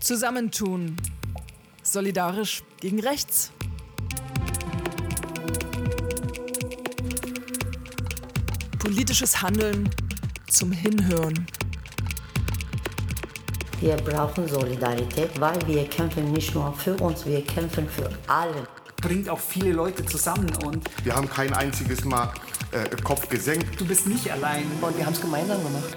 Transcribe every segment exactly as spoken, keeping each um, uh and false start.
Zusammentun. Solidarisch gegen rechts. Politisches Handeln zum Hinhören. Wir brauchen Solidarität, weil wir kämpfen nicht nur für uns, wir kämpfen für alle. Bringt auch viele Leute zusammen und wir haben kein einziges Mal äh, Kopf gesenkt. Du bist nicht allein. Und wir haben es gemeinsam gemacht.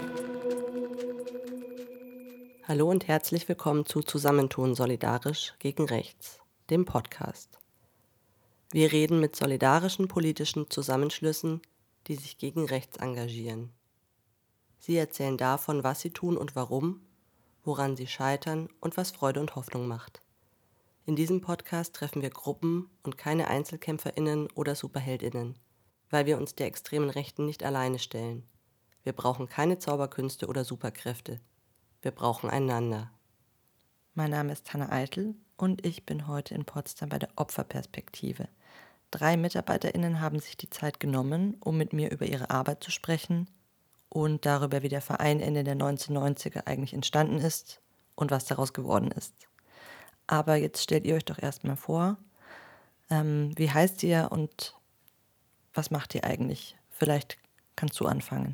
Hallo und herzlich willkommen zu Zusammentun solidarisch gegen rechts, dem Podcast. Wir reden mit solidarischen politischen Zusammenschlüssen, die sich gegen rechts engagieren. Sie erzählen davon, was sie tun und warum, woran sie scheitern und was Freude und Hoffnung macht. In diesem Podcast treffen wir Gruppen und keine EinzelkämpferInnen oder SuperheldInnen, weil wir uns der extremen Rechten nicht alleine stellen. Wir brauchen keine Zauberkünste oder Superkräfte. Wir brauchen einander. Mein Name ist Hanna Eitel und ich bin heute in Potsdam bei der Opferperspektive. Drei MitarbeiterInnen haben sich die Zeit genommen, um mit mir über ihre Arbeit zu sprechen und darüber, wie der Verein Ende der neunzehnhundertneunziger eigentlich entstanden ist und was daraus geworden ist. Aber jetzt stellt ihr euch doch erstmal vor, ähm, wie heißt ihr und was macht ihr eigentlich? Vielleicht kannst du anfangen.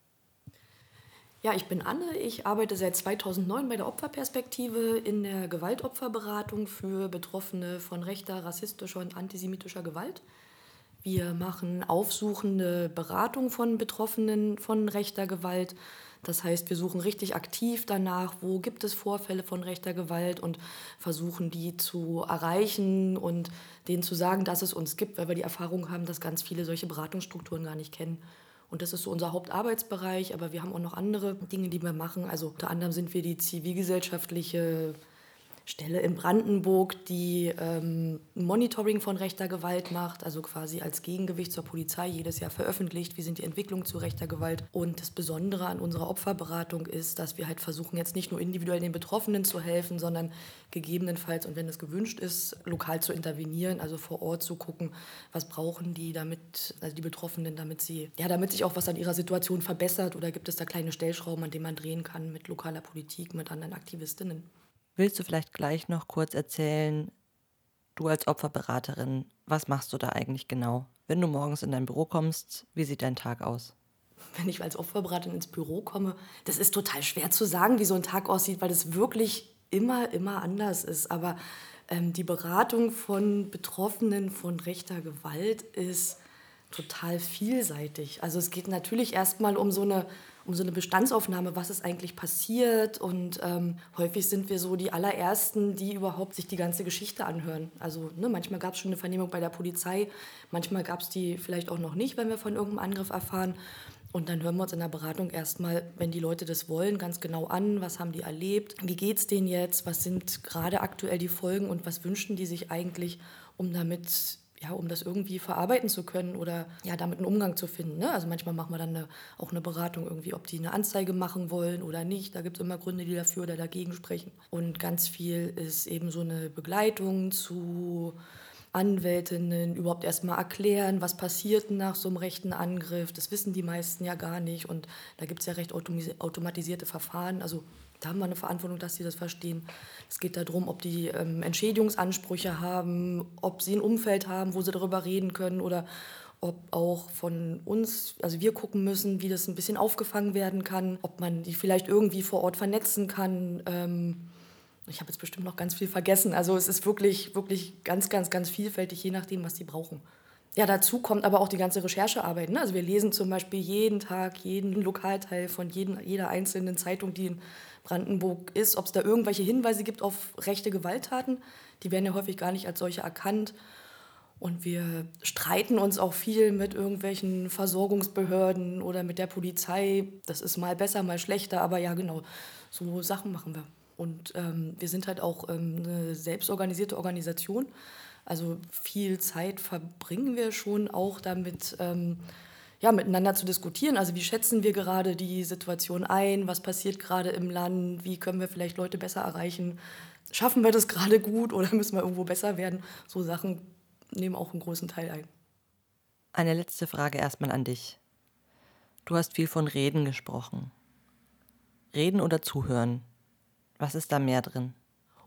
Ja, ich bin Anne, ich arbeite seit zweitausendneun bei der Opferperspektive in der Gewaltopferberatung für Betroffene von rechter, rassistischer und antisemitischer Gewalt. Wir machen aufsuchende Beratung von Betroffenen von rechter Gewalt. Das heißt, wir suchen richtig aktiv danach, wo gibt es Vorfälle von rechter Gewalt und versuchen die zu erreichen und denen zu sagen, dass es uns gibt, weil wir die Erfahrung haben, dass ganz viele solche Beratungsstrukturen gar nicht kennen. Und das ist so unser Hauptarbeitsbereich, aber wir haben auch noch andere Dinge, die wir machen. Also unter anderem sind wir die zivilgesellschaftliche Stelle in Brandenburg, die ähm, ein Monitoring von rechter Gewalt macht, also quasi als Gegengewicht zur Polizei jedes Jahr veröffentlicht, wie sind die Entwicklungen zu rechter Gewalt. Und das Besondere an unserer Opferberatung ist, dass wir halt versuchen, jetzt nicht nur individuell den Betroffenen zu helfen, sondern gegebenenfalls, und wenn es gewünscht ist, lokal zu intervenieren, also vor Ort zu gucken, was brauchen die, damit, also die Betroffenen, damit sie, ja, damit sich auch was an ihrer Situation verbessert, oder gibt es da kleine Stellschrauben, an denen man drehen kann mit lokaler Politik, mit anderen Aktivistinnen. Willst du vielleicht gleich noch kurz erzählen, du als Opferberaterin, was machst du da eigentlich genau? Wenn du morgens in dein Büro kommst, wie sieht dein Tag aus? Wenn ich als Opferberaterin ins Büro komme, das ist total schwer zu sagen, wie so ein Tag aussieht, weil das wirklich immer, immer anders ist. Aber ähm, die Beratung von Betroffenen von rechter Gewalt ist total vielseitig. Also es geht natürlich erstmal um so eine um so eine Bestandsaufnahme, was ist eigentlich passiert. Und ähm, häufig sind wir so die allerersten, die überhaupt sich die ganze Geschichte anhören. Also ne, manchmal gab es schon eine Vernehmung bei der Polizei, manchmal gab es die vielleicht auch noch nicht, wenn wir von irgendeinem Angriff erfahren. Und dann hören wir uns in der Beratung erstmal, wenn die Leute das wollen, ganz genau an, was haben die erlebt, wie geht's denen jetzt, was sind gerade aktuell die Folgen und was wünschen die sich eigentlich, um damit ja, um das irgendwie verarbeiten zu können oder ja, damit einen Umgang zu finden. Ne? Also manchmal machen wir dann eine, auch eine Beratung irgendwie, ob die eine Anzeige machen wollen oder nicht. Da gibt es immer Gründe, die dafür oder dagegen sprechen. Und ganz viel ist eben so eine Begleitung zu Anwältinnen, überhaupt erstmal erklären, was passiert nach so einem rechten Angriff. Das wissen die meisten ja gar nicht. Und da gibt es ja recht automatisierte Verfahren. Also da haben wir eine Verantwortung, dass sie das verstehen. Es geht darum, ob die ähm, Entschädigungsansprüche haben, ob sie ein Umfeld haben, wo sie darüber reden können oder ob auch von uns, also wir gucken müssen, wie das ein bisschen aufgefangen werden kann, ob man die vielleicht irgendwie vor Ort vernetzen kann. Ähm, ich habe jetzt bestimmt noch ganz viel vergessen. Also es ist wirklich, wirklich ganz, ganz, ganz vielfältig, je nachdem, was sie brauchen. Ja, dazu kommt aber auch die ganze Recherchearbeit. Ne? Also wir lesen zum Beispiel jeden Tag jeden Lokalteil von jeden, jeder einzelnen Zeitung, die in Brandenburg ist, ob es da irgendwelche Hinweise gibt auf rechte Gewalttaten. Die werden ja häufig gar nicht als solche erkannt. Und wir streiten uns auch viel mit irgendwelchen Versorgungsbehörden oder mit der Polizei. Das ist mal besser, mal schlechter, aber ja genau, so Sachen machen wir. Und ähm, wir sind halt auch ähm, eine selbstorganisierte Organisation. Also viel Zeit verbringen wir schon auch damit, ähm, ja, miteinander zu diskutieren. Also wie schätzen wir gerade die Situation ein? Was passiert gerade im Land? Wie können wir vielleicht Leute besser erreichen? Schaffen wir das gerade gut oder müssen wir irgendwo besser werden? So Sachen nehmen auch einen großen Teil ein. Eine letzte Frage erstmal an dich. Du hast viel von Reden gesprochen. Reden oder Zuhören? Was ist da mehr drin?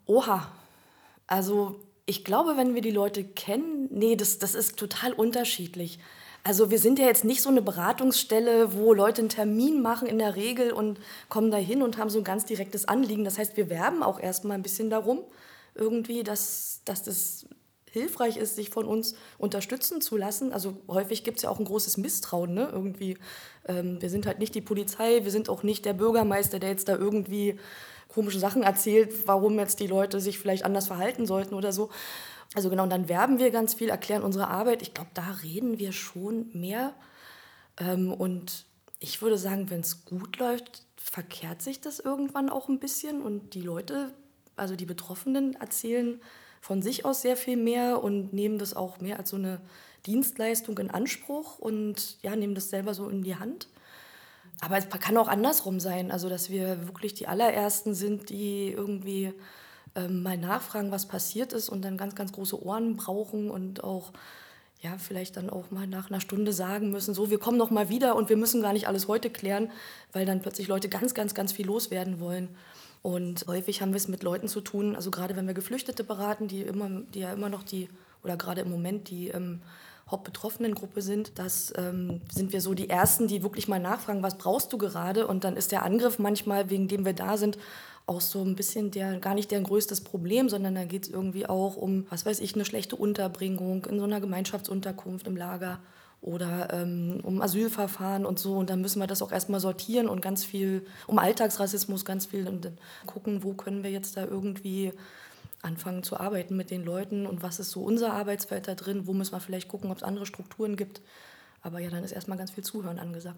Oha, also ich glaube, wenn wir die Leute kennen, nee, das, das ist total unterschiedlich. Also wir sind ja jetzt nicht so eine Beratungsstelle, wo Leute einen Termin machen in der Regel und kommen da hin und haben so ein ganz direktes Anliegen. Das heißt, wir werben auch erstmal ein bisschen darum, irgendwie, dass, dass das hilfreich ist, sich von uns unterstützen zu lassen. Also häufig gibt es ja auch ein großes Misstrauen, ne? Irgendwie. Ähm, wir sind halt nicht die Polizei, wir sind auch nicht der Bürgermeister, der jetzt da irgendwie komische Sachen erzählt, warum jetzt die Leute sich vielleicht anders verhalten sollten oder so. Also genau, und dann werben wir ganz viel, erklären unsere Arbeit. Ich glaube, da reden wir schon mehr. Ähm, und ich würde sagen, wenn es gut läuft, verkehrt sich das irgendwann auch ein bisschen. Und die Leute, also die Betroffenen, erzählen von sich aus sehr viel mehr und nehmen das auch mehr als so eine Dienstleistung in Anspruch und ja, nehmen das selber so in die Hand. Aber es kann auch andersrum sein, also dass wir wirklich die allerersten sind, die irgendwie ähm, mal nachfragen, was passiert ist und dann ganz, ganz große Ohren brauchen und auch ja, vielleicht dann auch mal nach einer Stunde sagen müssen, so, wir kommen noch mal wieder und wir müssen gar nicht alles heute klären, weil dann plötzlich Leute ganz, ganz, ganz viel loswerden wollen. Und häufig haben wir es mit Leuten zu tun, also gerade wenn wir Geflüchtete beraten, die, immer, die ja immer noch die, oder gerade im Moment die ähm, Hauptbetroffenengruppe sind, das ähm, sind wir so die Ersten, die wirklich mal nachfragen, was brauchst du gerade? Und dann ist der Angriff manchmal, wegen dem wir da sind, auch so ein bisschen der, gar nicht deren größtes Problem, sondern da geht es irgendwie auch um, was weiß ich, eine schlechte Unterbringung in so einer Gemeinschaftsunterkunft im Lager oder ähm, um Asylverfahren und so. Und dann müssen wir das auch erstmal sortieren und ganz viel, um Alltagsrassismus ganz viel und dann gucken, wo können wir jetzt da irgendwie anfangen zu arbeiten mit den Leuten und was ist so unser Arbeitsfeld da drin, wo müssen wir vielleicht gucken, ob es andere Strukturen gibt. Aber ja, dann ist erstmal ganz viel Zuhören angesagt.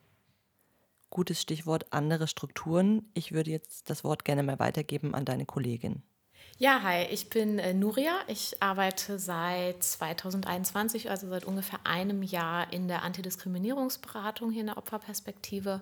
Gutes Stichwort andere Strukturen. Ich würde jetzt das Wort gerne mal weitergeben an deine Kollegin. Ja, hi, ich bin äh, Nuria. Ich arbeite seit zweitausendeinundzwanzig, also seit ungefähr einem Jahr in der Antidiskriminierungsberatung hier in der Opferperspektive.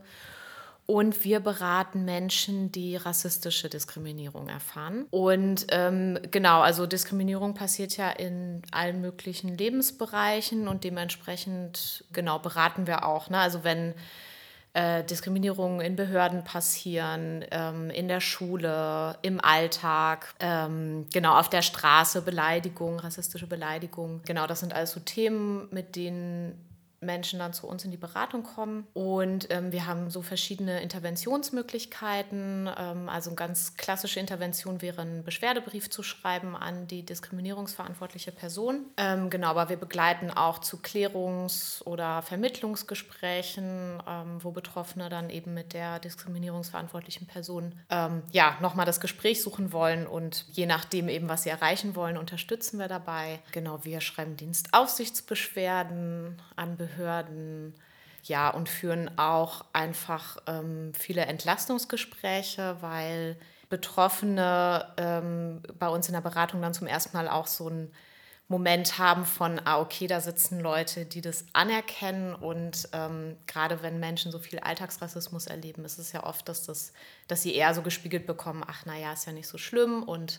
Und wir beraten Menschen, die rassistische Diskriminierung erfahren. Und ähm, genau, also Diskriminierung passiert ja in allen möglichen Lebensbereichen und dementsprechend genau beraten wir auch. Ne? Also wenn äh, Diskriminierungen in Behörden passieren, ähm, in der Schule, im Alltag, ähm, genau auf der Straße, Beleidigung, rassistische Beleidigung. Genau, das sind alles so Themen, mit denen Menschen dann zu uns in die Beratung kommen. Und ähm, wir haben so verschiedene Interventionsmöglichkeiten. Ähm, also eine ganz klassische Intervention wäre, einen Beschwerdebrief zu schreiben an die diskriminierungsverantwortliche Person. Ähm, genau, aber wir begleiten auch zu Klärungs- oder Vermittlungsgesprächen, ähm, wo Betroffene dann eben mit der diskriminierungsverantwortlichen Person ähm, ja, nochmal das Gespräch suchen wollen. Und je nachdem eben, was sie erreichen wollen, unterstützen wir dabei. Genau, wir schreiben Dienstaufsichtsbeschwerden an Behörden. Behörden, ja, und führen auch einfach ähm, viele Entlastungsgespräche, weil Betroffene ähm, bei uns in der Beratung dann zum ersten Mal auch so einen Moment haben von, ah, okay, da sitzen Leute, die das anerkennen und ähm, gerade wenn Menschen so viel Alltagsrassismus erleben, ist es ja oft, dass, das, dass sie eher so gespiegelt bekommen, ach, naja, ist ja nicht so schlimm und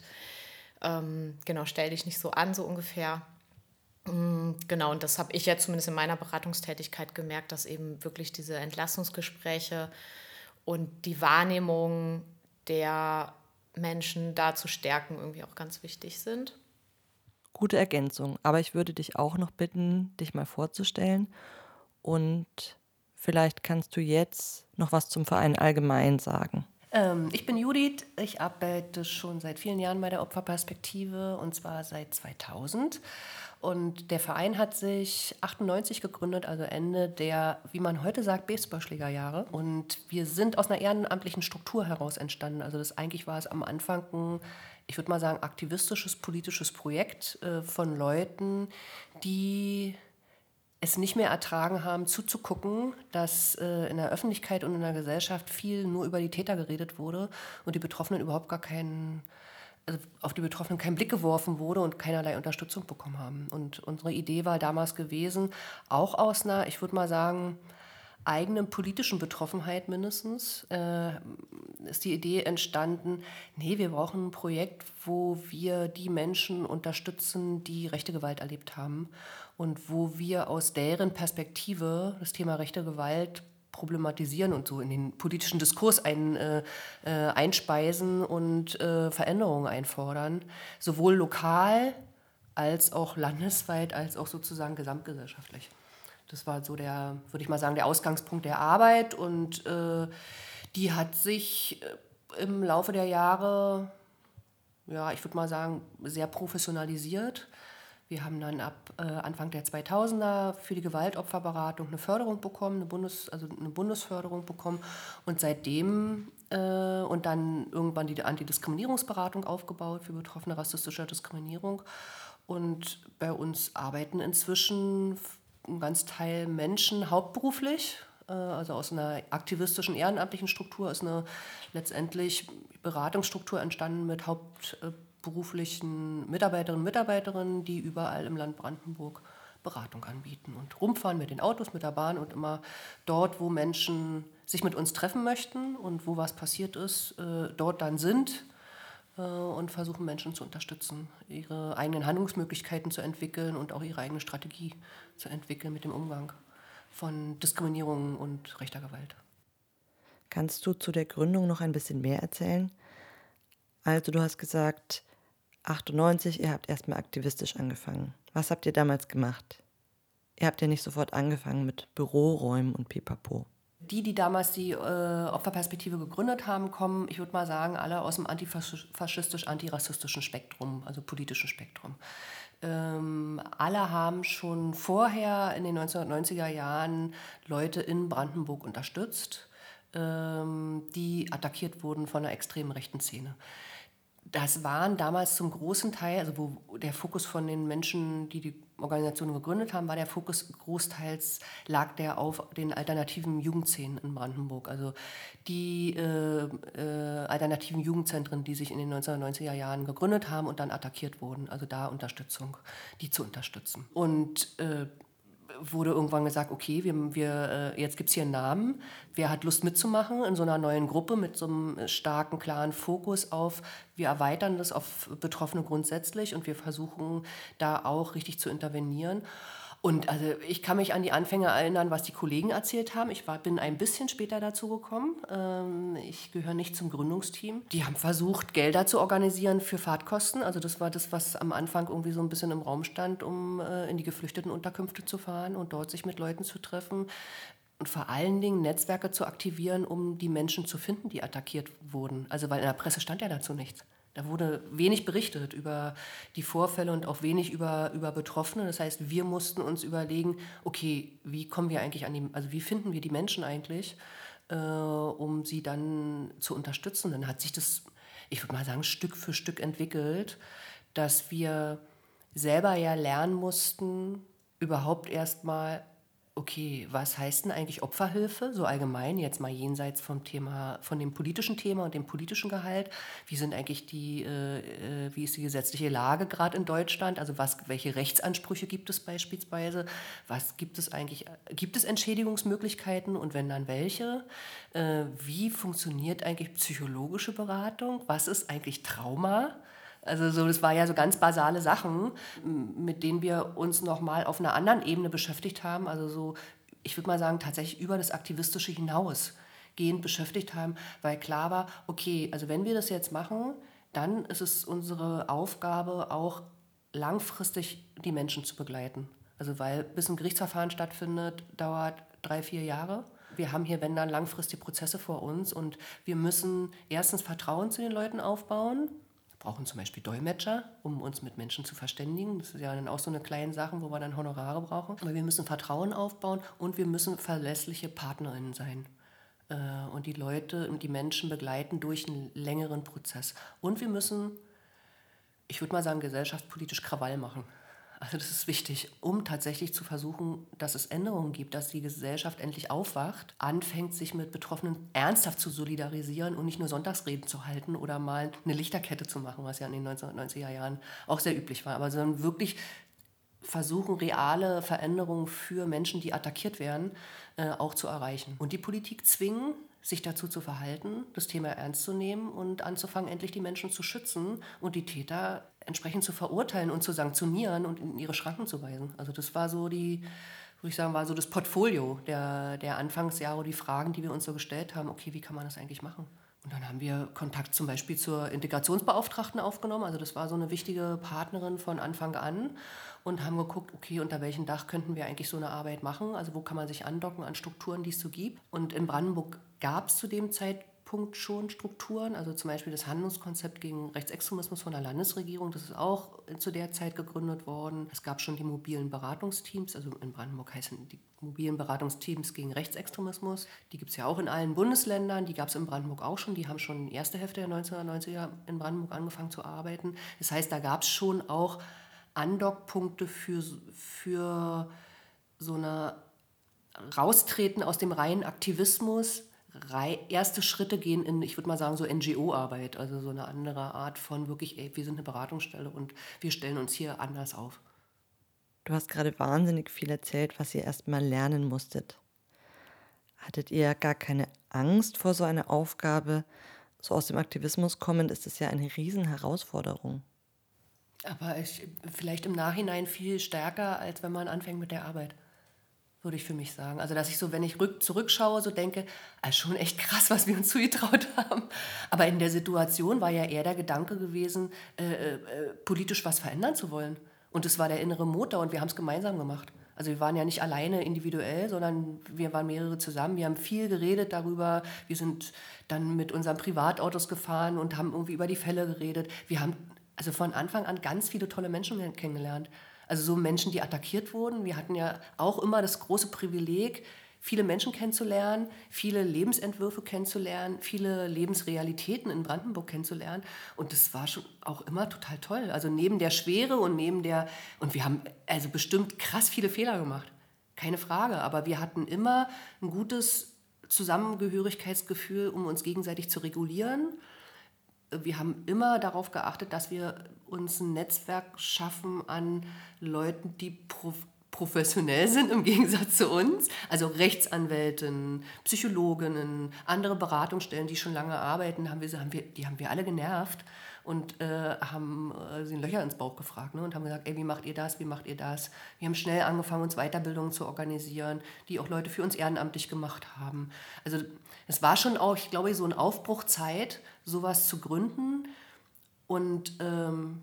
ähm, genau, stell dich nicht so an, so ungefähr. Genau, und das habe ich ja zumindest in meiner Beratungstätigkeit gemerkt, dass eben wirklich diese Entlastungsgespräche und die Wahrnehmung der Menschen da zu stärken irgendwie auch ganz wichtig sind. Gute Ergänzung, aber ich würde dich auch noch bitten, dich mal vorzustellen und vielleicht kannst du jetzt noch was zum Verein allgemein sagen. Ähm, ich bin Judith, ich arbeite schon seit vielen Jahren bei der Opferperspektive und zwar seit zweitausend. Und der Verein hat sich achtundneunzig gegründet, also Ende der, wie man heute sagt, Baseballschlägerjahre. Und wir sind aus einer ehrenamtlichen Struktur heraus entstanden. Also das eigentlich war es am Anfang ein, ich würde mal sagen, aktivistisches, politisches Projekt äh, von Leuten, die es nicht mehr ertragen haben, zuzugucken, dass äh, in der Öffentlichkeit und in der Gesellschaft viel nur über die Täter geredet wurde und die Betroffenen überhaupt gar keinen, also auf die Betroffenen kein Blick geworfen wurde und keinerlei Unterstützung bekommen haben. Und unsere Idee war damals gewesen, auch aus einer, ich würde mal sagen, eigenen politischen Betroffenheit mindestens, äh, ist die Idee entstanden, nee, wir brauchen ein Projekt, wo wir die Menschen unterstützen, die rechte Gewalt erlebt haben und wo wir aus deren Perspektive das Thema rechte Gewalt problematisieren und so in den politischen Diskurs ein, äh, äh, einspeisen und äh, Veränderungen einfordern, sowohl lokal als auch landesweit, als auch sozusagen gesamtgesellschaftlich. Das war so der, würde ich mal sagen, der Ausgangspunkt der Arbeit und äh, die hat sich im Laufe der Jahre, ja, ich würde mal sagen, sehr professionalisiert. Wir haben dann ab äh, Anfang der zweitausender für die Gewaltopferberatung eine Förderung bekommen, eine, Bundes-, also eine Bundesförderung bekommen und seitdem äh, und dann irgendwann die Antidiskriminierungsberatung aufgebaut für Betroffene rassistischer Diskriminierung. Und bei uns arbeiten inzwischen ein ganz Teil Menschen hauptberuflich, äh, also aus einer aktivistischen, ehrenamtlichen Struktur ist eine letztendlich Beratungsstruktur entstanden mit hauptberuflichen Mitarbeiterinnen und Mitarbeiterinnen, die überall im Land Brandenburg Beratung anbieten und rumfahren mit den Autos, mit der Bahn und immer dort, wo Menschen sich mit uns treffen möchten und wo was passiert ist, äh, dort dann sind äh, und versuchen Menschen zu unterstützen, ihre eigenen Handlungsmöglichkeiten zu entwickeln und auch ihre eigene Strategie zu entwickeln mit dem Umgang von Diskriminierung und rechter Gewalt. Kannst du zu der Gründung noch ein bisschen mehr erzählen? Also du hast gesagt, achtundneunzig, ihr habt erstmal aktivistisch angefangen. Was habt ihr damals gemacht? Ihr habt ja nicht sofort angefangen mit Büroräumen und Pipapo. Die, die damals die äh, Opferperspektive gegründet haben, kommen, ich würde mal sagen, alle aus dem antifaschistisch-antirassistischen Spektrum, also politischen Spektrum. Ähm, alle haben schon vorher in den neunzehnhundertneunziger Jahren Leute in Brandenburg unterstützt, ähm, die attackiert wurden von einer extremen rechten Szene. Das waren damals zum großen Teil, also wo der Fokus von den Menschen, die die Organisation gegründet haben, war der Fokus großteils, lag der auf den alternativen Jugendszenen in Brandenburg. Also die äh, äh, alternativen Jugendzentren, die sich in den neunzehnhundertneunziger Jahren gegründet haben und dann attackiert wurden. Also da Unterstützung, die zu unterstützen. Und äh, wurde irgendwann gesagt, okay, wir, wir, jetzt gibt es hier einen Namen. Wer hat Lust mitzumachen in so einer neuen Gruppe mit so einem starken, klaren Fokus auf, wir erweitern das auf Betroffene grundsätzlich und wir versuchen da auch richtig zu intervenieren. Und also ich kann mich an die Anfänge erinnern, was die Kollegen erzählt haben. Ich war, bin ein bisschen später dazu gekommen. Ähm, ich gehöre nicht zum Gründungsteam. Die haben versucht, Gelder zu organisieren für Fahrtkosten. Also das war das, was am Anfang irgendwie so ein bisschen im Raum stand, um äh, in die Geflüchtetenunterkünfte zu fahren und dort sich mit Leuten zu treffen. Und vor allen Dingen Netzwerke zu aktivieren, um die Menschen zu finden, die attackiert wurden. Also weil in der Presse stand ja dazu nichts. Da wurde wenig berichtet über die Vorfälle und auch wenig über, über Betroffene. Das heißt, wir mussten uns überlegen, okay, wie kommen wir eigentlich an die, also wie finden wir die Menschen eigentlich, äh, um sie dann zu unterstützen. Dann hat sich das, ich würde mal sagen, Stück für Stück entwickelt, dass wir selber ja lernen mussten, überhaupt erstmal, okay, was heißt denn eigentlich Opferhilfe, so allgemein, jetzt mal jenseits vom Thema, von dem politischen Thema und dem politischen Gehalt. Wie sind eigentlich die, äh, wie ist die gesetzliche Lage gerade in Deutschland? Also was, welche Rechtsansprüche gibt es beispielsweise? Was gibt es eigentlich, gibt es Entschädigungsmöglichkeiten und wenn dann welche? Äh, wie funktioniert eigentlich psychologische Beratung? Was ist eigentlich Trauma? Also so, das war ja so ganz basale Sachen, mit denen wir uns nochmal auf einer anderen Ebene beschäftigt haben. Also so, ich würde mal sagen, tatsächlich über das Aktivistische hinausgehend beschäftigt haben, weil klar war, okay, also wenn wir das jetzt machen, dann ist es unsere Aufgabe, auch langfristig die Menschen zu begleiten. Also weil bis ein Gerichtsverfahren stattfindet, dauert drei, vier Jahre. Wir haben hier, wenn dann, langfristige Prozesse vor uns und wir müssen erstens Vertrauen zu den Leuten aufbauen. Brauchen zum Beispiel Dolmetscher, um uns mit Menschen zu verständigen. Das ist ja dann auch so eine kleine Sache, wo wir dann Honorare brauchen. Aber wir müssen Vertrauen aufbauen und wir müssen verlässliche PartnerInnen sein. Und die Leute und die Menschen begleiten durch einen längeren Prozess. Und wir müssen, ich würde mal sagen, gesellschaftspolitisch Krawall machen. Also das ist wichtig, um tatsächlich zu versuchen, dass es Änderungen gibt, dass die Gesellschaft endlich aufwacht, anfängt, sich mit Betroffenen ernsthaft zu solidarisieren und nicht nur Sonntagsreden zu halten oder mal eine Lichterkette zu machen, was ja in den neunzehnhundertneunziger Jahren auch sehr üblich war. Aber sondern wirklich versuchen, reale Veränderungen für Menschen, die attackiert werden, äh, auch zu erreichen. Und die Politik zwingen, sich dazu zu verhalten, das Thema ernst zu nehmen und anzufangen, endlich die Menschen zu schützen und die Täter entsprechend zu verurteilen und zu sanktionieren und in ihre Schranken zu weisen. Also das war so die, würde ich sagen, war so das Portfolio der, der Anfangsjahre, die Fragen, die wir uns so gestellt haben, okay, wie kann man das eigentlich machen? Und dann haben wir Kontakt zum Beispiel zur Integrationsbeauftragten aufgenommen, also das war so eine wichtige Partnerin von Anfang an und haben geguckt, okay, unter welchem Dach könnten wir eigentlich so eine Arbeit machen, also wo kann man sich andocken an Strukturen, die es so gibt. Und in Brandenburg gab es zu dem Zeitpunkt schon Strukturen, also zum Beispiel das Handlungskonzept gegen Rechtsextremismus von der Landesregierung, das ist auch zu der Zeit gegründet worden. Es gab schon die mobilen Beratungsteams, also in Brandenburg heißen die mobilen Beratungsteams gegen Rechtsextremismus. Die gibt es ja auch in allen Bundesländern, die gab es in Brandenburg auch schon, die haben schon in der ersten Hälfte der neunzehnhundertneunziger in Brandenburg angefangen zu arbeiten. Das heißt, da gab es schon auch Andockpunkte für, für so eine Raustreten aus dem reinen Aktivismus, rei- erste Schritte gehen in, ich würde mal sagen, so N G O-Arbeit, also so eine andere Art von wirklich, ey, wir sind eine Beratungsstelle und wir stellen uns hier anders auf. Du hast gerade wahnsinnig viel erzählt, was ihr erst mal lernen musstet. Hattet ihr gar keine Angst vor so einer Aufgabe? So aus dem Aktivismus kommend ist es ja eine Riesenherausforderung. Aber ich, vielleicht im Nachhinein viel stärker, als wenn man anfängt mit der Arbeit, würde ich für mich sagen. Also dass ich so, wenn ich rück, zurückschaue, so denke, also schon echt krass, was wir uns zugetraut haben. Aber in der Situation war ja eher der Gedanke gewesen, äh, äh, politisch was verändern zu wollen. Und es war der innere Motor und wir haben es gemeinsam gemacht. Also wir waren ja nicht alleine individuell, sondern wir waren mehrere zusammen. Wir haben viel geredet darüber. Wir sind dann mit unseren Privatautos gefahren und haben irgendwie über die Fälle geredet. Wir haben also von Anfang an ganz viele tolle Menschen kennengelernt. Also so Menschen, die attackiert wurden. Wir hatten ja auch immer das große Privileg, viele Menschen kennenzulernen, viele Lebensentwürfe kennenzulernen, viele Lebensrealitäten in Brandenburg kennenzulernen. Und das war schon auch immer total toll. Also neben der Schwere und neben der... Und wir haben also bestimmt krass viele Fehler gemacht. Keine Frage. Aber wir hatten immer ein gutes Zusammengehörigkeitsgefühl, um uns gegenseitig zu regulieren. Wir haben immer darauf geachtet, dass wir uns ein Netzwerk schaffen an Leuten, die prof- professionell sind im Gegensatz zu uns. Also Rechtsanwältinnen, Psychologinnen, andere Beratungsstellen, die schon lange arbeiten, haben wir, haben wir, die haben wir alle genervt und äh, haben äh, sie Löcher ins Bauch gefragt, ne, und haben gesagt, ey, wie macht ihr das, wie macht ihr das? Wir haben schnell angefangen, uns Weiterbildungen zu organisieren, die auch Leute für uns ehrenamtlich gemacht haben. Also es war schon auch, ich glaube, so eine Aufbruchzeit, sowas zu gründen. Und ähm,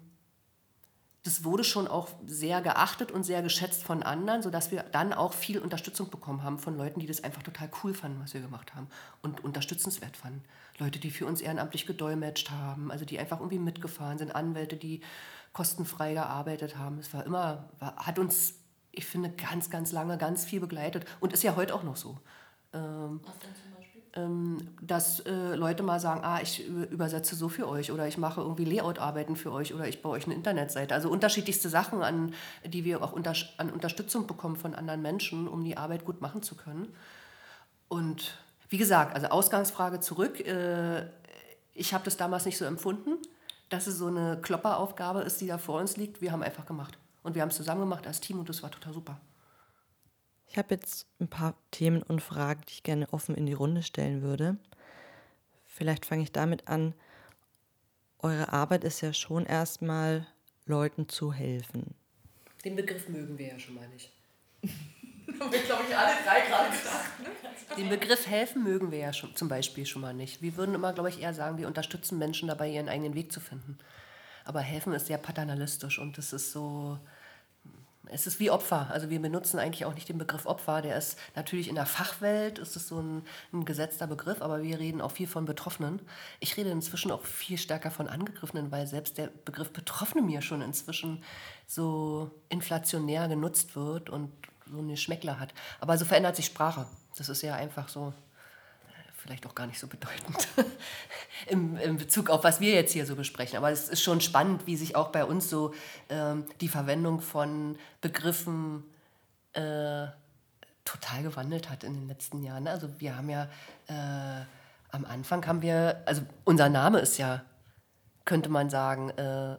das wurde schon auch sehr geachtet und sehr geschätzt von anderen, sodass wir dann auch viel Unterstützung bekommen haben von Leuten, die das einfach total cool fanden, was wir gemacht haben und unterstützenswert fanden. Leute, die für uns ehrenamtlich gedolmetscht haben, also die einfach irgendwie mitgefahren sind, Anwälte, die kostenfrei gearbeitet haben. Es war immer, war, hat uns, ich finde, ganz, ganz lange ganz viel begleitet und ist ja heute auch noch so. Ähm, was denn zum Beispiel? Ähm, dass äh, Leute mal sagen, ah, ich übersetze so für euch oder ich mache irgendwie Layout-Arbeiten für euch oder ich baue euch eine Internetseite. Also unterschiedlichste Sachen, an die wir auch unter, an Unterstützung bekommen von anderen Menschen, um die Arbeit gut machen zu können. Und wie gesagt, also Ausgangsfrage zurück. Äh, ich habe das damals nicht so empfunden, dass es so eine Klopperaufgabe ist, die da vor uns liegt. Wir haben einfach gemacht. Und wir haben es zusammen gemacht als Team und das war total super. Ich habe jetzt ein paar Themen und Fragen, die ich gerne offen in die Runde stellen würde. Vielleicht fange ich damit an. Eure Arbeit ist ja schon erstmal, Leuten zu helfen. Den Begriff mögen wir ja schon mal nicht. Haben wir, glaube ich, alle drei gerade gedacht. Ne? Den Begriff helfen mögen wir ja schon, zum Beispiel schon mal nicht. Wir würden immer, glaube ich, eher sagen, wir unterstützen Menschen dabei, ihren eigenen Weg zu finden. Aber helfen ist sehr paternalistisch und das ist so... Es ist wie Opfer. Also wir benutzen eigentlich auch nicht den Begriff Opfer. Der ist natürlich in der Fachwelt, ist es so ein, ein gesetzter Begriff, aber wir reden auch viel von Betroffenen. Ich rede inzwischen auch viel stärker von Angegriffenen, weil selbst der Begriff Betroffene mir schon inzwischen so inflationär genutzt wird und so eine Schmeckler hat. Aber so verändert sich Sprache. Das ist ja einfach so, vielleicht auch gar nicht so bedeutend Im, im Bezug auf, was wir jetzt hier so besprechen. Aber es ist schon spannend, wie sich auch bei uns so ähm, die Verwendung von Begriffen äh, total gewandelt hat in den letzten Jahren. Also wir haben ja, äh, am Anfang haben wir, also unser Name ist ja, könnte man sagen, äh,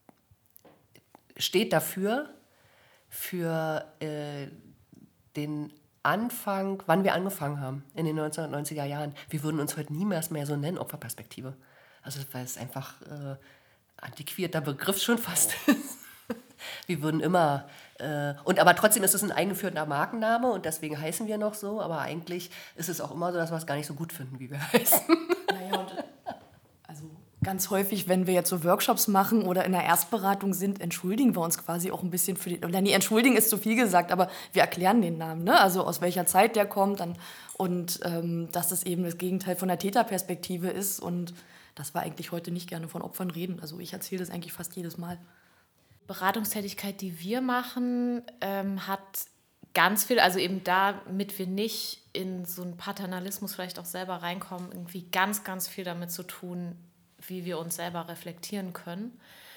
steht dafür, für äh, den Anfang, wann wir angefangen haben, in den neunzehnhundertneunziger Jahren. Wir würden uns heute niemals mehr so nennen, Opferperspektive. Also weil es einfach äh, antiquierter Begriff schon fast ist. Wir würden immer, äh, und aber trotzdem ist es ein eingeführter Markenname und deswegen heißen wir noch so, aber eigentlich ist es auch immer so, dass wir es gar nicht so gut finden, wie wir heißen. Naja, und also ganz häufig, wenn wir jetzt so Workshops machen oder in der Erstberatung sind, entschuldigen wir uns quasi auch ein bisschen für den, oder nee, entschuldigen ist zu viel gesagt, aber wir erklären den Namen, ne? Also aus welcher Zeit der kommt dann, und ähm, dass es eben das Gegenteil von der Täterperspektive ist und dass wir eigentlich heute nicht gerne von Opfern reden. Also ich erzähle das eigentlich fast jedes Mal. Beratungstätigkeit, die wir machen, ähm, hat ganz viel, also eben damit wir nicht in so einen Paternalismus vielleicht auch selber reinkommen, irgendwie ganz, ganz viel damit zu tun, wie wir uns selber reflektieren können.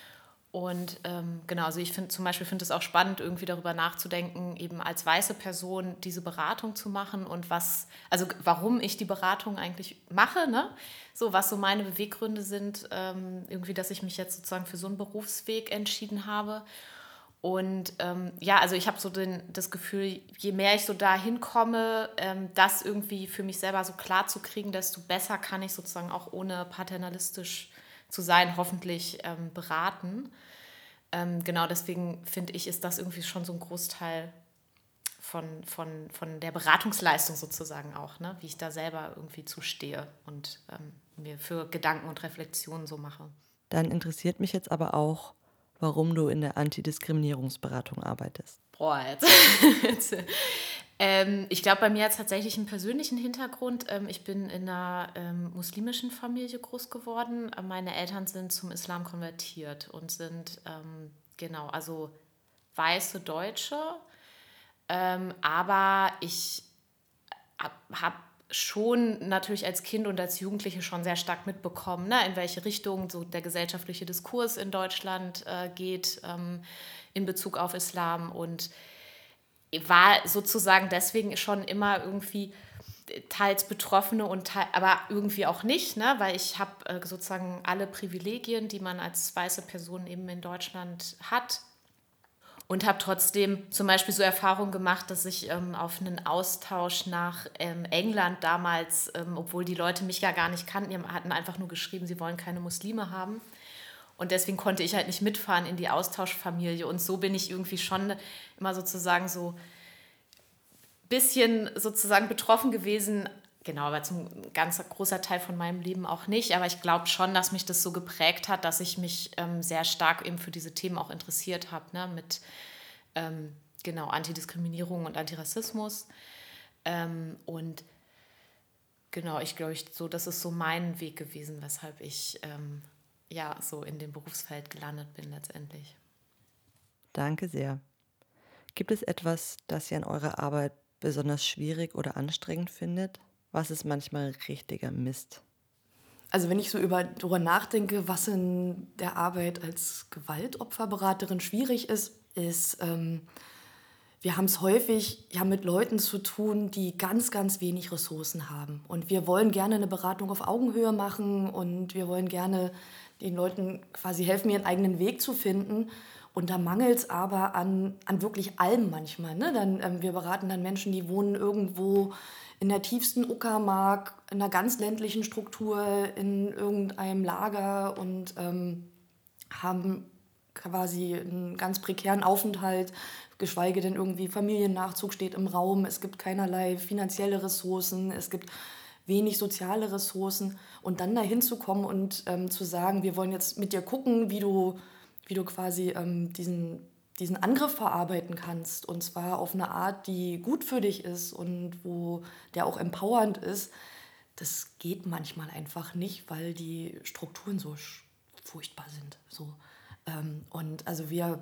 Und ähm, genau, also ich finde zum Beispiel finde es auch spannend, irgendwie darüber nachzudenken, eben als weiße Person diese Beratung zu machen und was, also warum ich die Beratung eigentlich mache, ne? So, was so meine Beweggründe sind, ähm, irgendwie, dass ich mich jetzt sozusagen für so einen Berufsweg entschieden habe. Und ähm, ja, also ich habe so den, das Gefühl, je mehr ich so dahin komme, ähm, das irgendwie für mich selber so klar zu kriegen, desto besser kann ich sozusagen auch ohne paternalistisch zu sein, hoffentlich ähm, beraten. Ähm, genau deswegen finde ich, ist das irgendwie schon so ein Großteil von, von, von der Beratungsleistung sozusagen auch, ne? Wie ich da selber irgendwie zustehe und ähm, mir für Gedanken und Reflexionen so mache. Dann interessiert mich jetzt aber auch, warum du in der Antidiskriminierungsberatung arbeitest. Boah, jetzt. jetzt ähm, ich glaube, bei mir hat es tatsächlich einen persönlichen Hintergrund. Ähm, ich bin in einer ähm, muslimischen Familie groß geworden. Meine Eltern sind zum Islam konvertiert und sind, ähm, genau, also weiße Deutsche. Ähm, aber ich habe hab schon natürlich als Kind und als Jugendliche schon sehr stark mitbekommen, ne, in welche Richtung so der gesellschaftliche Diskurs in Deutschland äh, geht ähm, in Bezug auf Islam, und war sozusagen deswegen schon immer irgendwie teils Betroffene und teils, aber irgendwie auch nicht, ne, weil ich habe äh, sozusagen alle Privilegien, die man als weiße Person eben in Deutschland hat. Und habe trotzdem zum Beispiel so Erfahrungen gemacht, dass ich ähm, auf einen Austausch nach ähm, England damals, ähm, obwohl die Leute mich ja gar nicht kannten, die hatten einfach nur geschrieben, sie wollen keine Muslime haben. Und deswegen konnte ich halt nicht mitfahren in die Austauschfamilie. Und so bin ich irgendwie schon immer sozusagen so ein bisschen sozusagen betroffen gewesen. Genau, aber zum ganz großer Teil von meinem Leben auch nicht. Aber ich glaube schon, dass mich das so geprägt hat, dass ich mich ähm, sehr stark eben für diese Themen auch interessiert habe, ne? Mit ähm, genau Antidiskriminierung und Antirassismus. Ähm, und genau, ich glaube, ich, so, das ist so mein Weg gewesen, weshalb ich ähm, ja so in dem Berufsfeld gelandet bin letztendlich. Danke sehr. Gibt es etwas, das ihr an eurer Arbeit besonders schwierig oder anstrengend findet? Was ist manchmal richtiger Mist? Also wenn ich so über, darüber nachdenke, was in der Arbeit als Gewaltopferberaterin schwierig ist, ist, ähm, wir haben es häufig ja, mit Leuten zu tun, die ganz, ganz wenig Ressourcen haben. Und wir wollen gerne eine Beratung auf Augenhöhe machen und wir wollen gerne den Leuten quasi helfen, ihren eigenen Weg zu finden. Und da mangelt es aber an, an wirklich allem manchmal. Ne? Dann, ähm, wir beraten dann Menschen, die wohnen irgendwo in der tiefsten Uckermark, in einer ganz ländlichen Struktur, in irgendeinem Lager und ähm, haben quasi einen ganz prekären Aufenthalt, geschweige denn irgendwie Familiennachzug steht im Raum, es gibt keinerlei finanzielle Ressourcen, es gibt wenig soziale Ressourcen. Und dann dahin zu kommen und ähm, zu sagen, wir wollen jetzt mit dir gucken, wie du, wie du quasi ähm, diesen diesen Angriff verarbeiten kannst, und zwar auf eine Art, die gut für dich ist und wo der auch empowernd ist, das geht manchmal einfach nicht, weil die Strukturen so furchtbar sind. So. Ähm, und also wir,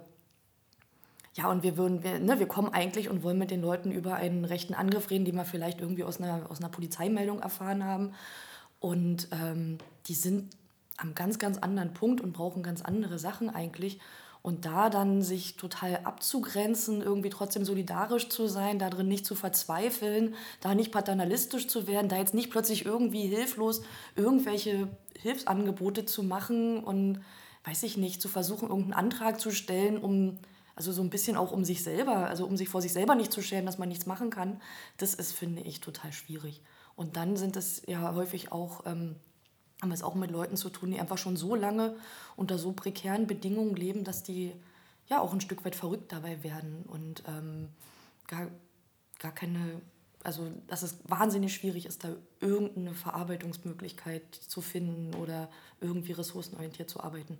ja, und wir würden, wir, ne, wir kommen eigentlich und wollen mit den Leuten über einen rechten Angriff reden, den wir vielleicht irgendwie aus einer, aus einer Polizeimeldung erfahren haben. Und ähm, die sind am ganz, ganz anderen Punkt und brauchen ganz andere Sachen eigentlich. Und da dann sich total abzugrenzen, irgendwie trotzdem solidarisch zu sein, da drin nicht zu verzweifeln, da nicht paternalistisch zu werden, da jetzt nicht plötzlich irgendwie hilflos irgendwelche Hilfsangebote zu machen und, weiß ich nicht, zu versuchen, irgendeinen Antrag zu stellen, um, also so ein bisschen auch um sich selber, also um sich vor sich selber nicht zu schämen, dass man nichts machen kann, das ist, finde ich, total schwierig. Und dann sind es ja häufig auch... Ähm, haben wir es auch mit Leuten zu tun, die einfach schon so lange unter so prekären Bedingungen leben, dass die ja auch ein Stück weit verrückt dabei werden und ähm, gar, gar keine, also dass es wahnsinnig schwierig ist, da irgendeine Verarbeitungsmöglichkeit zu finden oder irgendwie ressourcenorientiert zu arbeiten.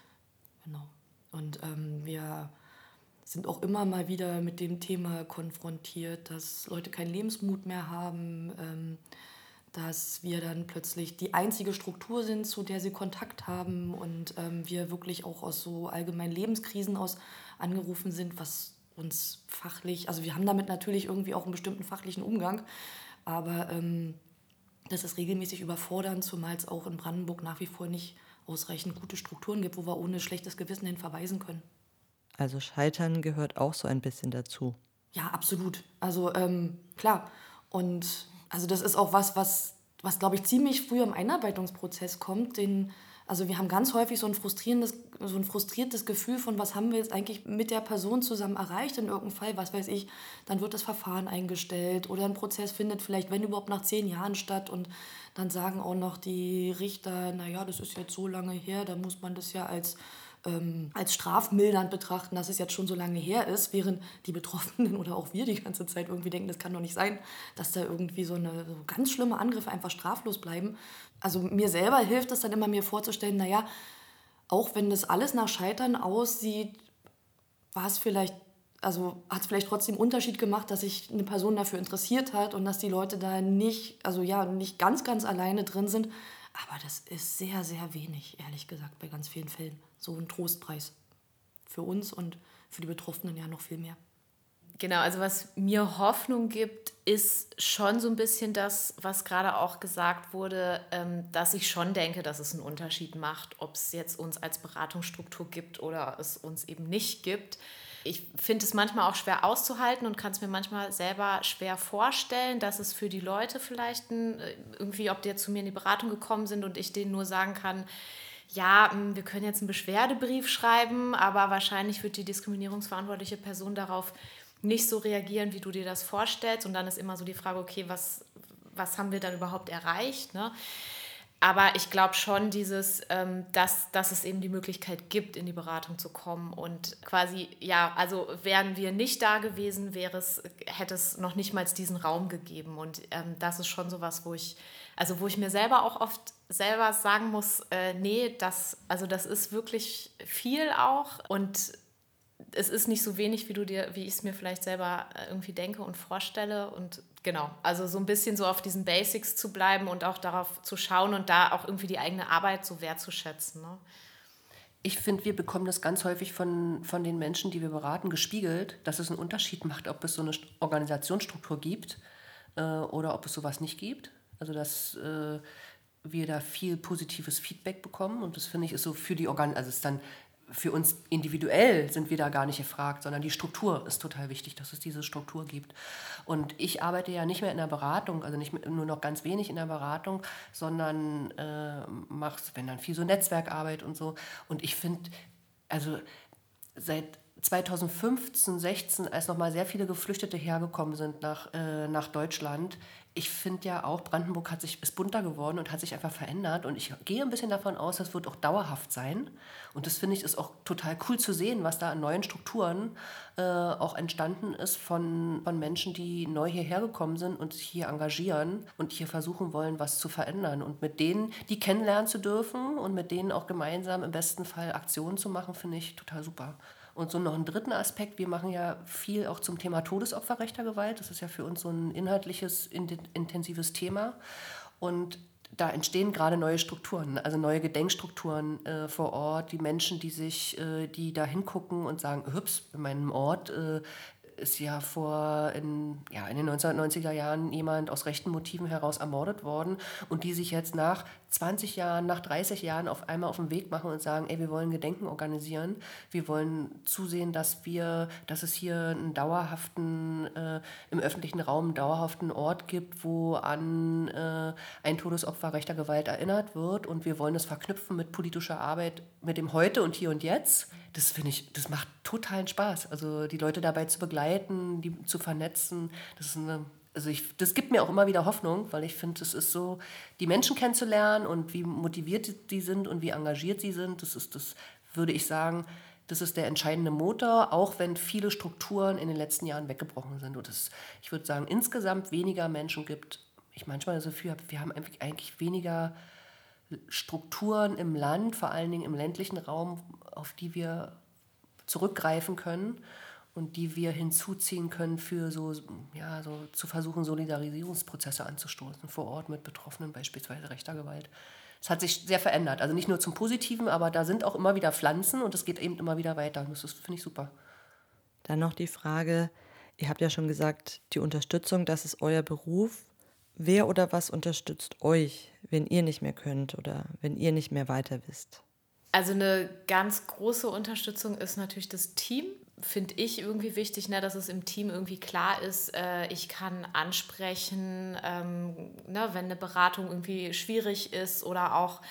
Genau. Und ähm, wir sind auch immer mal wieder mit dem Thema konfrontiert, dass Leute keinen Lebensmut mehr haben, ähm, dass wir dann plötzlich die einzige Struktur sind, zu der sie Kontakt haben und ähm, wir wirklich auch aus so allgemeinen Lebenskrisen aus angerufen sind, was uns fachlich, also wir haben damit natürlich irgendwie auch einen bestimmten fachlichen Umgang, aber ähm, das ist regelmäßig überfordernd, zumal es auch in Brandenburg nach wie vor nicht ausreichend gute Strukturen gibt, wo wir ohne schlechtes Gewissen hin verweisen können. Also Scheitern gehört auch so ein bisschen dazu. Ja, absolut. Also ähm, klar. Und also das ist auch was, was, was glaube ich, ziemlich früh im Einarbeitungsprozess kommt. Den, also wir haben ganz häufig so ein frustrierendes, so ein frustriertes Gefühl von, was haben wir jetzt eigentlich mit der Person zusammen erreicht in irgendeinem Fall, was weiß ich. Dann wird das Verfahren eingestellt oder ein Prozess findet vielleicht, wenn überhaupt, nach zehn Jahren statt. Und dann sagen auch noch die Richter, naja, das ist jetzt so lange her, da muss man das ja als... Ähm, als strafmildernd betrachten, dass es jetzt schon so lange her ist, während die Betroffenen oder auch wir die ganze Zeit irgendwie denken, das kann doch nicht sein, dass da irgendwie so eine so ganz schlimme Angriffe einfach straflos bleiben. Also mir selber hilft es dann immer, mir vorzustellen, naja, auch wenn das alles nach Scheitern aussieht, war es vielleicht, also hat es vielleicht trotzdem Unterschied gemacht, dass sich eine Person dafür interessiert hat und dass die Leute da nicht, also ja, nicht ganz, ganz alleine drin sind. Aber das ist sehr, sehr wenig, ehrlich gesagt, bei ganz vielen Fällen. So ein Trostpreis für uns und für die Betroffenen ja noch viel mehr. Genau, also was mir Hoffnung gibt, ist schon so ein bisschen das, was gerade auch gesagt wurde, dass ich schon denke, dass es einen Unterschied macht, ob es jetzt uns als Beratungsstruktur gibt oder es uns eben nicht gibt. Ich finde es manchmal auch schwer auszuhalten und kann es mir manchmal selber schwer vorstellen, dass es für die Leute vielleicht ein, irgendwie, ob die jetzt zu mir in die Beratung gekommen sind und ich denen nur sagen kann, ja, wir können jetzt einen Beschwerdebrief schreiben, aber wahrscheinlich wird die diskriminierungsverantwortliche Person darauf nicht so reagieren, wie du dir das vorstellst. Und dann ist immer so die Frage, okay, was, was haben wir dann überhaupt erreicht, ne? Aber ich glaube schon, dieses, ähm, dass, dass es eben die Möglichkeit gibt, in die Beratung zu kommen. Und quasi, ja, also wären wir nicht da gewesen, wäre es, hätte es noch nicht mal diesen Raum gegeben. Und ähm, das ist schon sowas, wo ich, also wo ich mir selber auch oft selber sagen muss, äh, nee, das, also das ist wirklich viel auch. Und es ist nicht so wenig, wie du dir, wie ich es mir vielleicht selber irgendwie denke und vorstelle. Und genau, also so ein bisschen so auf diesen Basics zu bleiben und auch darauf zu schauen und da auch irgendwie die eigene Arbeit so wertzuschätzen, ne? Ich finde, wir bekommen das ganz häufig von, von den Menschen, die wir beraten, gespiegelt, dass es einen Unterschied macht, ob es so eine Organisationsstruktur gibt äh, oder ob es sowas nicht gibt. Also dass äh, wir da viel positives Feedback bekommen und das finde ich ist so für die Organ, also es ist dann für uns individuell sind wir da gar nicht gefragt, sondern die Struktur ist total wichtig, dass es diese Struktur gibt. Und ich arbeite ja nicht mehr in der Beratung, also nicht nur noch ganz wenig in der Beratung, sondern äh, mache, wenn dann viel so Netzwerkarbeit und so. Und ich finde, also seit zweitausendfünfzehn, sechzehn, als nochmal sehr viele Geflüchtete hergekommen sind nach, äh, nach Deutschland, ich finde ja auch, Brandenburg hat sich, ist bunter geworden und hat sich einfach verändert. Und ich gehe ein bisschen davon aus, das wird auch dauerhaft sein. Und das finde ich ist auch total cool zu sehen, was da an neuen Strukturen äh, auch entstanden ist von, von Menschen, die neu hierher gekommen sind und sich hier engagieren und hier versuchen wollen, was zu verändern. Und mit denen, die kennenlernen zu dürfen und mit denen auch gemeinsam im besten Fall Aktionen zu machen, finde ich total super. Und so noch einen dritten Aspekt, wir machen ja viel auch zum Thema Todesopferrechter Gewalt. Das ist ja für uns so ein inhaltliches, intensives Thema. Und da entstehen gerade neue Strukturen, also neue Gedenkstrukturen äh, vor Ort. Die Menschen, die sich, äh, die da hingucken und sagen, hüps, in meinem Ort äh, ist ja vor in, ja, in den neunzehnhundertneunziger Jahren jemand aus rechten Motiven heraus ermordet worden und die sich jetzt nach zwanzig Jahren, nach dreißig Jahren auf einmal auf den Weg machen und sagen, ey, wir wollen Gedenken organisieren, wir wollen zusehen, dass wir, dass es hier einen dauerhaften, äh, im öffentlichen Raum einen dauerhaften Ort gibt, wo an äh, ein Todesopfer rechter Gewalt erinnert wird und wir wollen das verknüpfen mit politischer Arbeit, mit dem Heute und Hier und Jetzt. Das finde ich, das macht totalen Spaß. Also die Leute dabei zu begleiten, die zu vernetzen, das ist eine, also ich, das gibt mir auch immer wieder Hoffnung, weil ich finde, es ist so, die Menschen kennenzulernen und wie motiviert die sind und wie engagiert sie sind, das ist, das würde ich sagen, Das ist der entscheidende Motor, auch wenn viele Strukturen in den letzten Jahren weggebrochen sind. Und es, ich würde sagen, insgesamt weniger Menschen gibt. Ich manchmal das Gefühl habe, wir haben eigentlich weniger Strukturen im Land, vor allen Dingen im ländlichen Raum, auf die wir zurückgreifen können und die wir hinzuziehen können, für so, ja, so zu versuchen, Solidarisierungsprozesse anzustoßen, vor Ort mit Betroffenen, beispielsweise rechter Gewalt. Es hat sich sehr verändert, also nicht nur zum Positiven, aber da sind auch immer wieder Pflanzen und es geht eben immer wieder weiter. Das finde ich super. Dann noch die Frage, ihr habt ja schon gesagt, die Unterstützung, das ist euer Beruf. Wer oder was unterstützt euch, wenn ihr nicht mehr könnt oder wenn ihr nicht mehr weiter wisst? Also eine ganz große Unterstützung ist natürlich das Team. Finde ich irgendwie wichtig, ne, dass es im Team irgendwie klar ist, äh, ich kann ansprechen, ähm, ne, wenn eine Beratung irgendwie schwierig ist oder auch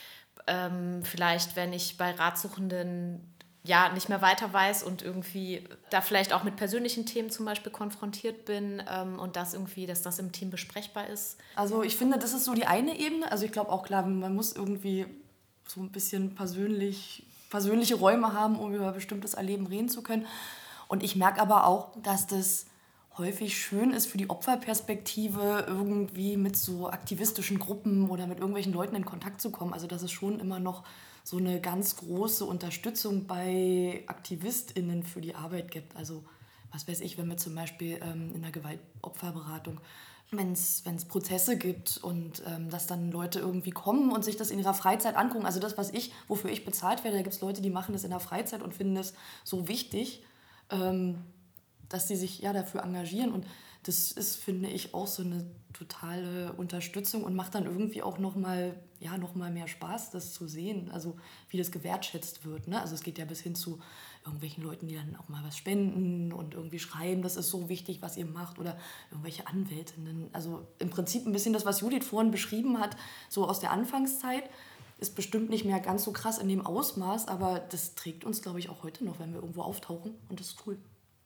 ähm, vielleicht, wenn ich bei Ratsuchenden ja nicht mehr weiter weiß und irgendwie da vielleicht auch mit persönlichen Themen zum Beispiel konfrontiert bin ähm, und das irgendwie, dass das im Team besprechbar ist. Also ich finde, das ist so die eine Ebene. Also ich glaube auch, klar, man muss irgendwie so ein bisschen persönlich, persönliche Räume haben, um über bestimmtes Erleben reden zu können. Und ich merke aber auch, dass das häufig schön ist für die Opferperspektive, irgendwie mit so aktivistischen Gruppen oder mit irgendwelchen Leuten in Kontakt zu kommen. Also dass es schon immer noch so eine ganz große Unterstützung bei AktivistInnen für die Arbeit gibt. Also was weiß ich, wenn wir zum Beispiel ähm, in der Gewaltopferberatung, wenn es Prozesse gibt und ähm, dass dann Leute irgendwie kommen und sich das in ihrer Freizeit angucken. Also das, was ich, wofür ich bezahlt werde, da gibt es Leute, die machen das in der Freizeit und finden das so wichtig, ähm, dass sie sich ja dafür engagieren. Und das ist, finde ich, auch so eine totale Unterstützung und macht dann irgendwie auch nochmal ja, noch mal mehr Spaß, das zu sehen, also wie das gewertschätzt wird. Ne? Also es geht ja bis hin zu irgendwelchen Leuten, die dann auch mal was spenden und irgendwie schreiben, das ist so wichtig, was ihr macht, oder irgendwelche Anwältinnen. Also im Prinzip ein bisschen das, was Judith vorhin beschrieben hat, so aus der Anfangszeit, ist bestimmt nicht mehr ganz so krass in dem Ausmaß, aber das trägt uns, glaube ich, auch heute noch, wenn wir irgendwo auftauchen, und das ist cool.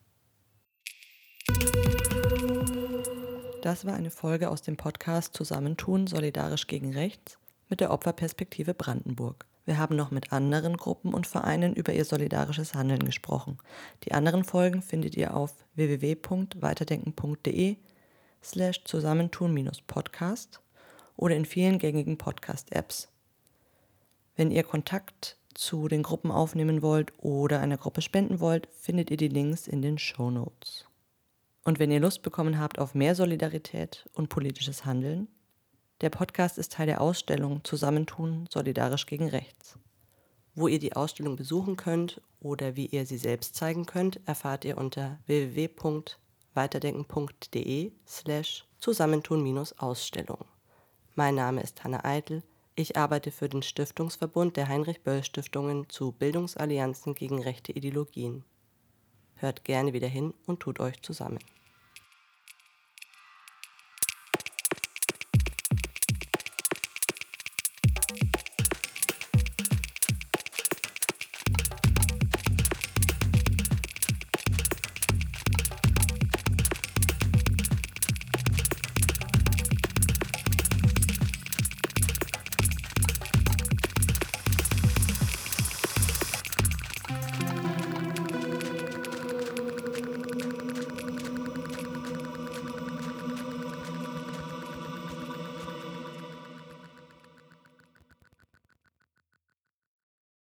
Das war eine Folge aus dem Podcast Zusammentun, solidarisch gegen rechts mit der Opferperspektive Brandenburg. Wir haben noch mit anderen Gruppen und Vereinen über ihr solidarisches Handeln gesprochen. Die anderen Folgen findet ihr auf w w w punkt weiterdenken punkt d e slash zusammentun-podcast oder in vielen gängigen Podcast-Apps. Wenn ihr Kontakt zu den Gruppen aufnehmen wollt oder einer Gruppe spenden wollt, findet ihr die Links in den Shownotes. Und wenn ihr Lust bekommen habt auf mehr Solidarität und politisches Handeln, der Podcast ist Teil der Ausstellung Zusammentun, solidarisch gegen rechts. Wo ihr die Ausstellung besuchen könnt oder wie ihr sie selbst zeigen könnt, erfahrt ihr unter w w w punkt weiterdenken punkt d e slash zusammentun-ausstellung. Mein Name ist Hanna Eitel. Ich arbeite für den Stiftungsverbund der Heinrich-Böll-Stiftungen zu Bildungsallianzen gegen rechte Ideologien. Hört gerne wieder hin und tut euch zusammen.